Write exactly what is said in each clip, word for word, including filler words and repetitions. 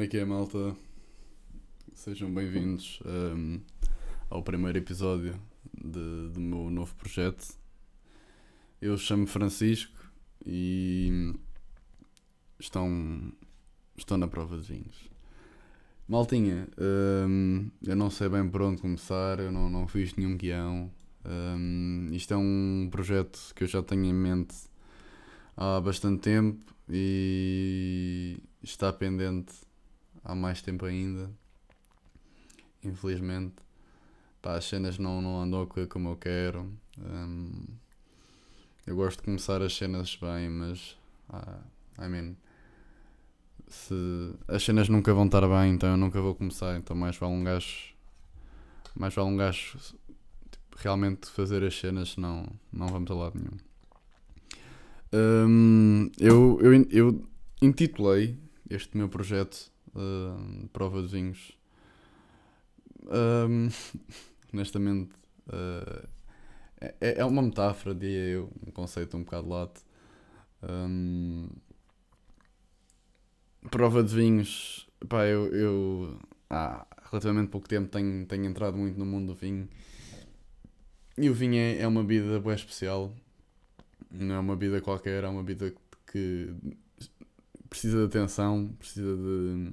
é que é, malta? Sejam bem-vindos um, ao primeiro episódio de, do meu novo projeto. Eu chamo-me Francisco e estão, estão na prova de vinhos. Maltinha, um, eu não sei bem por onde começar, eu não, não fiz nenhum guião. Um, isto é um projeto que eu já tenho em mente há bastante tempo e está pendente há mais tempo ainda, infelizmente. Pá, as cenas não, não andam a correr como eu quero. Um, eu gosto de começar as cenas bem, mas ah, I mean, se as cenas nunca vão estar bem, então eu nunca vou começar. Então mais vale um gajo mais vale um gajo tipo, realmente fazer as cenas, senão não vamos a lado nenhum. Um, eu, eu, eu intitulei este meu projeto uh, Prova de Vinhos. Um, honestamente, uh, é, é uma metáfora, diria eu, um conceito um bocado lato. Um, prova de vinhos, pá, eu, eu há relativamente pouco tempo tenho, tenho entrado muito no mundo do vinho. E o vinho é, é uma bebida bem especial. Não é uma bebida qualquer, é uma bebida que precisa de atenção, precisa de...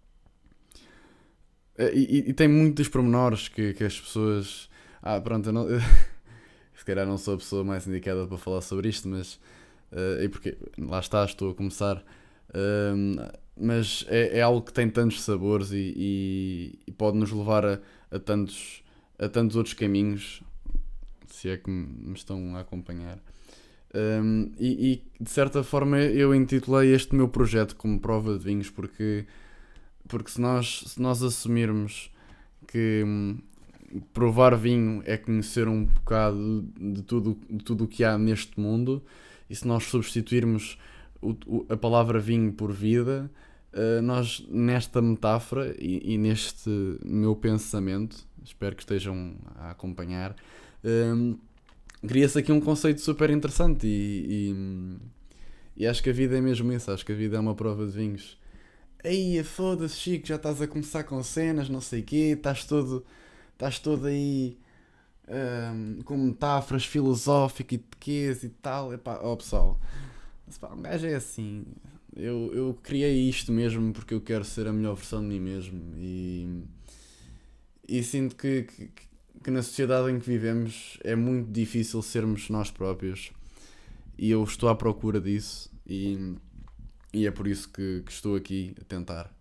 E, e, e tem muitos pormenores que, que as pessoas... Ah, pronto, eu não... se calhar não sou a pessoa mais indicada para falar sobre isto, mas... Uh, e porque, lá está, estou a começar. Uh, mas é, é algo que tem tantos sabores e, e, e pode nos levar a, a, tantos, a tantos outros caminhos, se é que me estão a acompanhar. Um, e, e de certa forma eu intitulei este meu projeto como Prova de Vinhos porque, porque se, nós, se nós assumirmos que hum, provar vinho é conhecer um bocado de tudo, de tudo o que há neste mundo, e se nós substituirmos o, o, a palavra vinho por vida, uh, nós nesta metáfora e, e neste meu pensamento, espero que estejam a acompanhar, um, cria-se aqui um conceito super interessante e, e, e acho que a vida é mesmo isso, acho que a vida é uma prova de vinhos. Aí, foda-se, Chico, já estás a começar com cenas, não sei o quê, estás todo, estás todo aí um, com metáforas filosóficas e pequenas e tal. Epá, ó pessoal, epá, um gajo é assim, eu, eu criei isto mesmo porque eu quero ser a melhor versão de mim mesmo e, e sinto que, que que na sociedade em que vivemos é muito difícil sermos nós próprios e eu estou à procura disso e, e é por isso que, que estou aqui a tentar.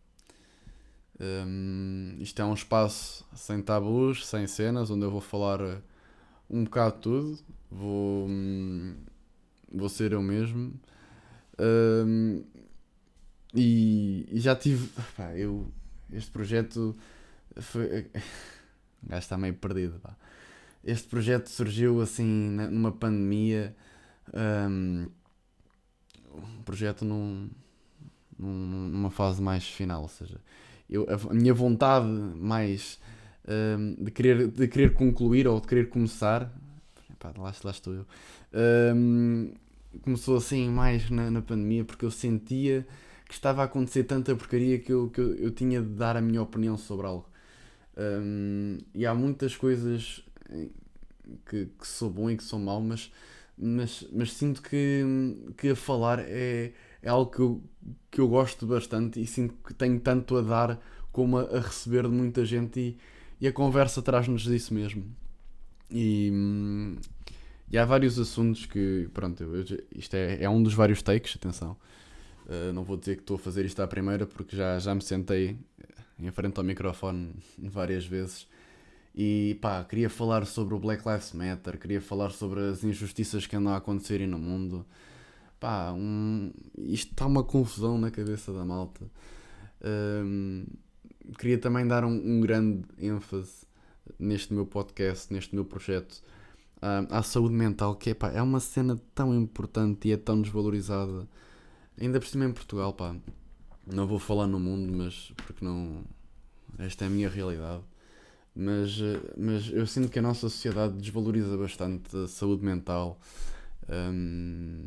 Um, isto é um espaço sem tabus, sem cenas, onde eu vou falar um bocado de tudo, vou, um, vou ser eu mesmo. Um, e, e já tive. Pá, eu, este projeto foi. O gajo está meio perdido, pá. Este projeto surgiu assim numa pandemia, um, um projeto num, num, numa fase mais final, ou seja, eu, a, a minha vontade mais um, de, querer, de querer concluir ou de querer começar, pá, lá, lá estou eu, um, começou assim mais na, na pandemia porque eu sentia que estava a acontecer tanta porcaria que eu, que eu, eu tinha de dar a minha opinião sobre algo. Um, e há muitas coisas que, que sou bom e que sou mau, mas, mas, mas sinto que, que a falar é, é algo que eu, que eu gosto bastante e sinto que tenho tanto a dar como a, a receber de muita gente e, e a conversa traz-nos disso mesmo. E, e há vários assuntos que, pronto, eu, isto é, é um dos vários takes, atenção. Uh, não vou dizer que estou a fazer isto à primeira porque já, já me sentei em frente ao microfone várias vezes e pá, queria falar sobre o Black Lives Matter, queria falar sobre as injustiças que andam a acontecerem no mundo. Pá, um, isto está uma confusão na cabeça da malta. Um, queria também dar um, um grande ênfase neste meu podcast, neste meu projeto, um, à saúde mental, que é, pá, é uma cena tão importante e é tão desvalorizada, ainda por cima em Portugal, pá. Não vou falar no mundo, mas porque não... Esta é a minha realidade. Mas, mas eu sinto que a nossa sociedade desvaloriza bastante a saúde mental. Um,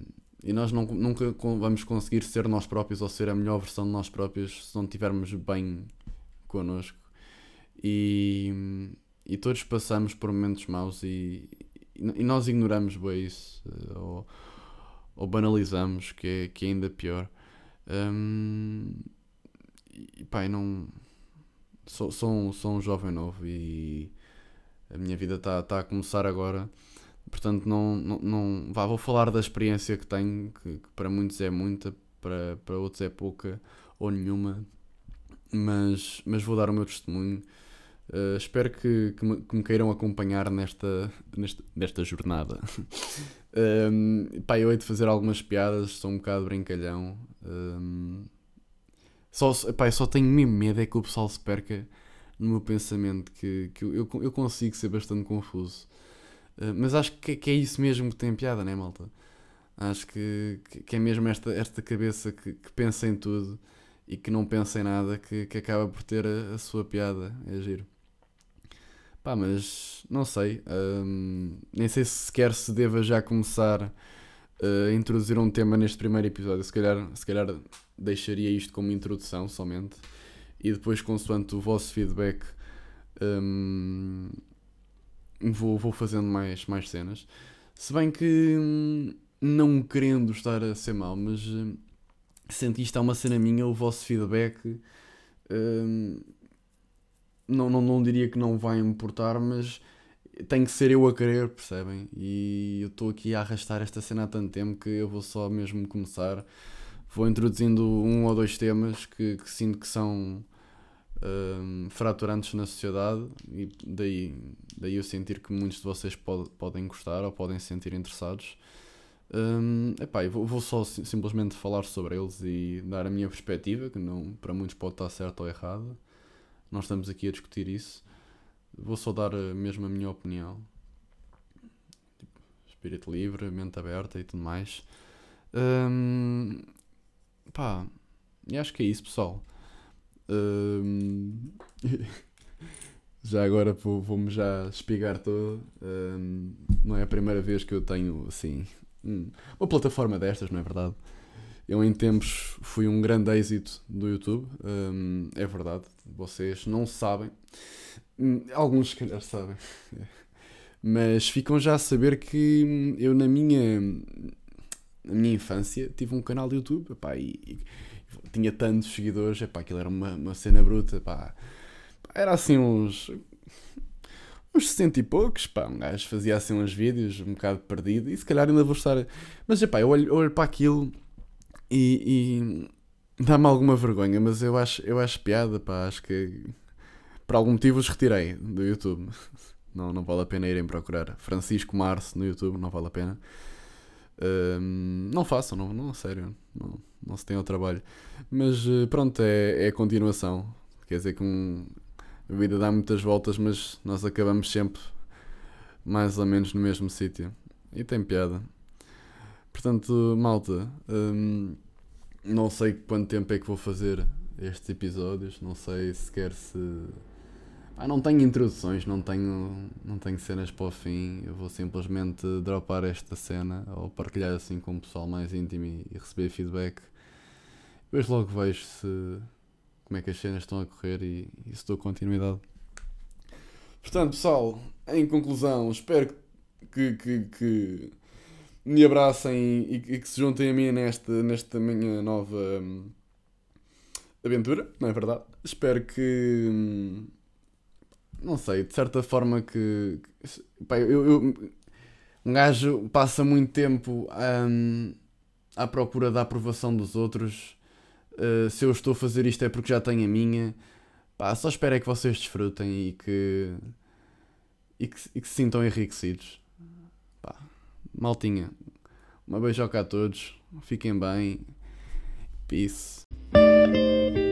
E nós não, nunca vamos conseguir ser nós próprios ou ser a melhor versão de nós próprios se não estivermos bem connosco. E, e todos passamos por momentos maus e, e nós ignoramos bem isso, ou, ou banalizamos, que é, que é ainda pior. Um, e pá, eu não... Sou, sou, um, sou um jovem novo e a minha vida está tá a começar agora. Portanto, não, não, não vá, vou falar da experiência que tenho, que, que para muitos é muita, para, para outros é pouca ou nenhuma, mas, mas vou dar o meu testemunho. Uh, espero que, que, me, que me queiram acompanhar nesta, nesta, nesta jornada. um, pá, eu hei de fazer algumas piadas, sou um bocado brincalhão. Um, só, pá, eu só tenho mesmo medo é que o pessoal se perca no meu pensamento, que, que eu, eu consigo ser bastante confuso. Uh, mas acho que, que é isso mesmo que tem piada, não é, malta? Acho que, que é mesmo esta, esta cabeça que, que pensa em tudo e que não pensa em nada, que, que acaba por ter a, a sua piada. É giro. Pá, mas não sei. hum, nem sei se sequer se deva já começar uh, a introduzir um tema neste primeiro episódio. Se calhar, se calhar deixaria isto como introdução somente. E depois, consoante o vosso feedback, hum, vou, vou fazendo mais, mais cenas. Se bem que, hum, não querendo estar a ser mau, mas hum, senti isto é uma cena minha, o vosso feedback, hum, não, não, não diria que não vai importar, mas tem que ser eu a querer, percebem? E eu estou aqui a arrastar esta cena há tanto tempo que eu vou só mesmo começar. Vou introduzindo um ou dois temas que, que sinto que são hum, fraturantes na sociedade e daí, daí eu sentir que muitos de vocês pod, podem gostar ou podem se sentir interessados. Hum, epá, eu vou, vou só sim- simplesmente falar sobre eles e dar a minha perspectiva, que não, para muitos pode estar certo ou errado. Nós estamos aqui a discutir isso. Vou só dar eh, mesmo a minha opinião. Espírito livre, mente aberta e tudo mais. Hum, pá, e acho que é isso, pessoal. Hum, já agora vou- vou-me já espigar todo. Hum, não é a primeira vez que eu tenho, assim, hum, uma plataforma destas, não é verdade? Eu em tempos fui um grande êxito do YouTube. Hum, é verdade. Vocês não sabem. Hum, Alguns se calhar sabem. Mas ficam já a saber que hum, eu na minha, na minha infância tive um canal de YouTube, epá, e, e tinha tantos seguidores, epá, aquilo era uma, uma cena bruta, epá. Era assim uns, uns sessenta e poucos, pá, um gajo fazia assim uns vídeos um bocado perdido e se calhar ainda vou estar... Mas epá, eu olho, eu olho para aquilo e, e dá-me alguma vergonha, mas eu acho, eu acho piada, pá, acho que por algum motivo os retirei do YouTube. Não, não vale a pena irem procurar Francisco Março no YouTube, não vale a pena. Hum, não façam, não, não, a sério, não, não se tem ao trabalho. Mas eh, pronto, é, é a continuação. Quer dizer que um, a vida dá muitas voltas, mas nós acabamos sempre mais ou menos no mesmo sítio. E tem piada. Portanto, malta, hum, não sei quanto tempo é que vou fazer estes episódios, não sei sequer se... Ah, não tenho introduções, não tenho, não tenho cenas para o fim, eu vou simplesmente dropar esta cena ou partilhar assim com o pessoal mais íntimo e, e receber feedback. Depois logo vejo se como é que as cenas estão a correr e, e se dou continuidade. Portanto, pessoal, em conclusão, espero que, que, que me abracem e, e que se juntem a mim nesta, nesta minha nova hum, aventura, não é verdade? Espero que. hum, Não sei, de certa forma que. Pá, eu, eu- um gajo passa muito tempo hum, à procura da aprovação dos outros. Uh, se eu estou a fazer isto é porque já tenho a minha. Pá, só espero é que vocês desfrutem e que, e que, e que se sintam enriquecidos. Pá, maltinha, uma beijoca a todos. Fiquem bem. Peace.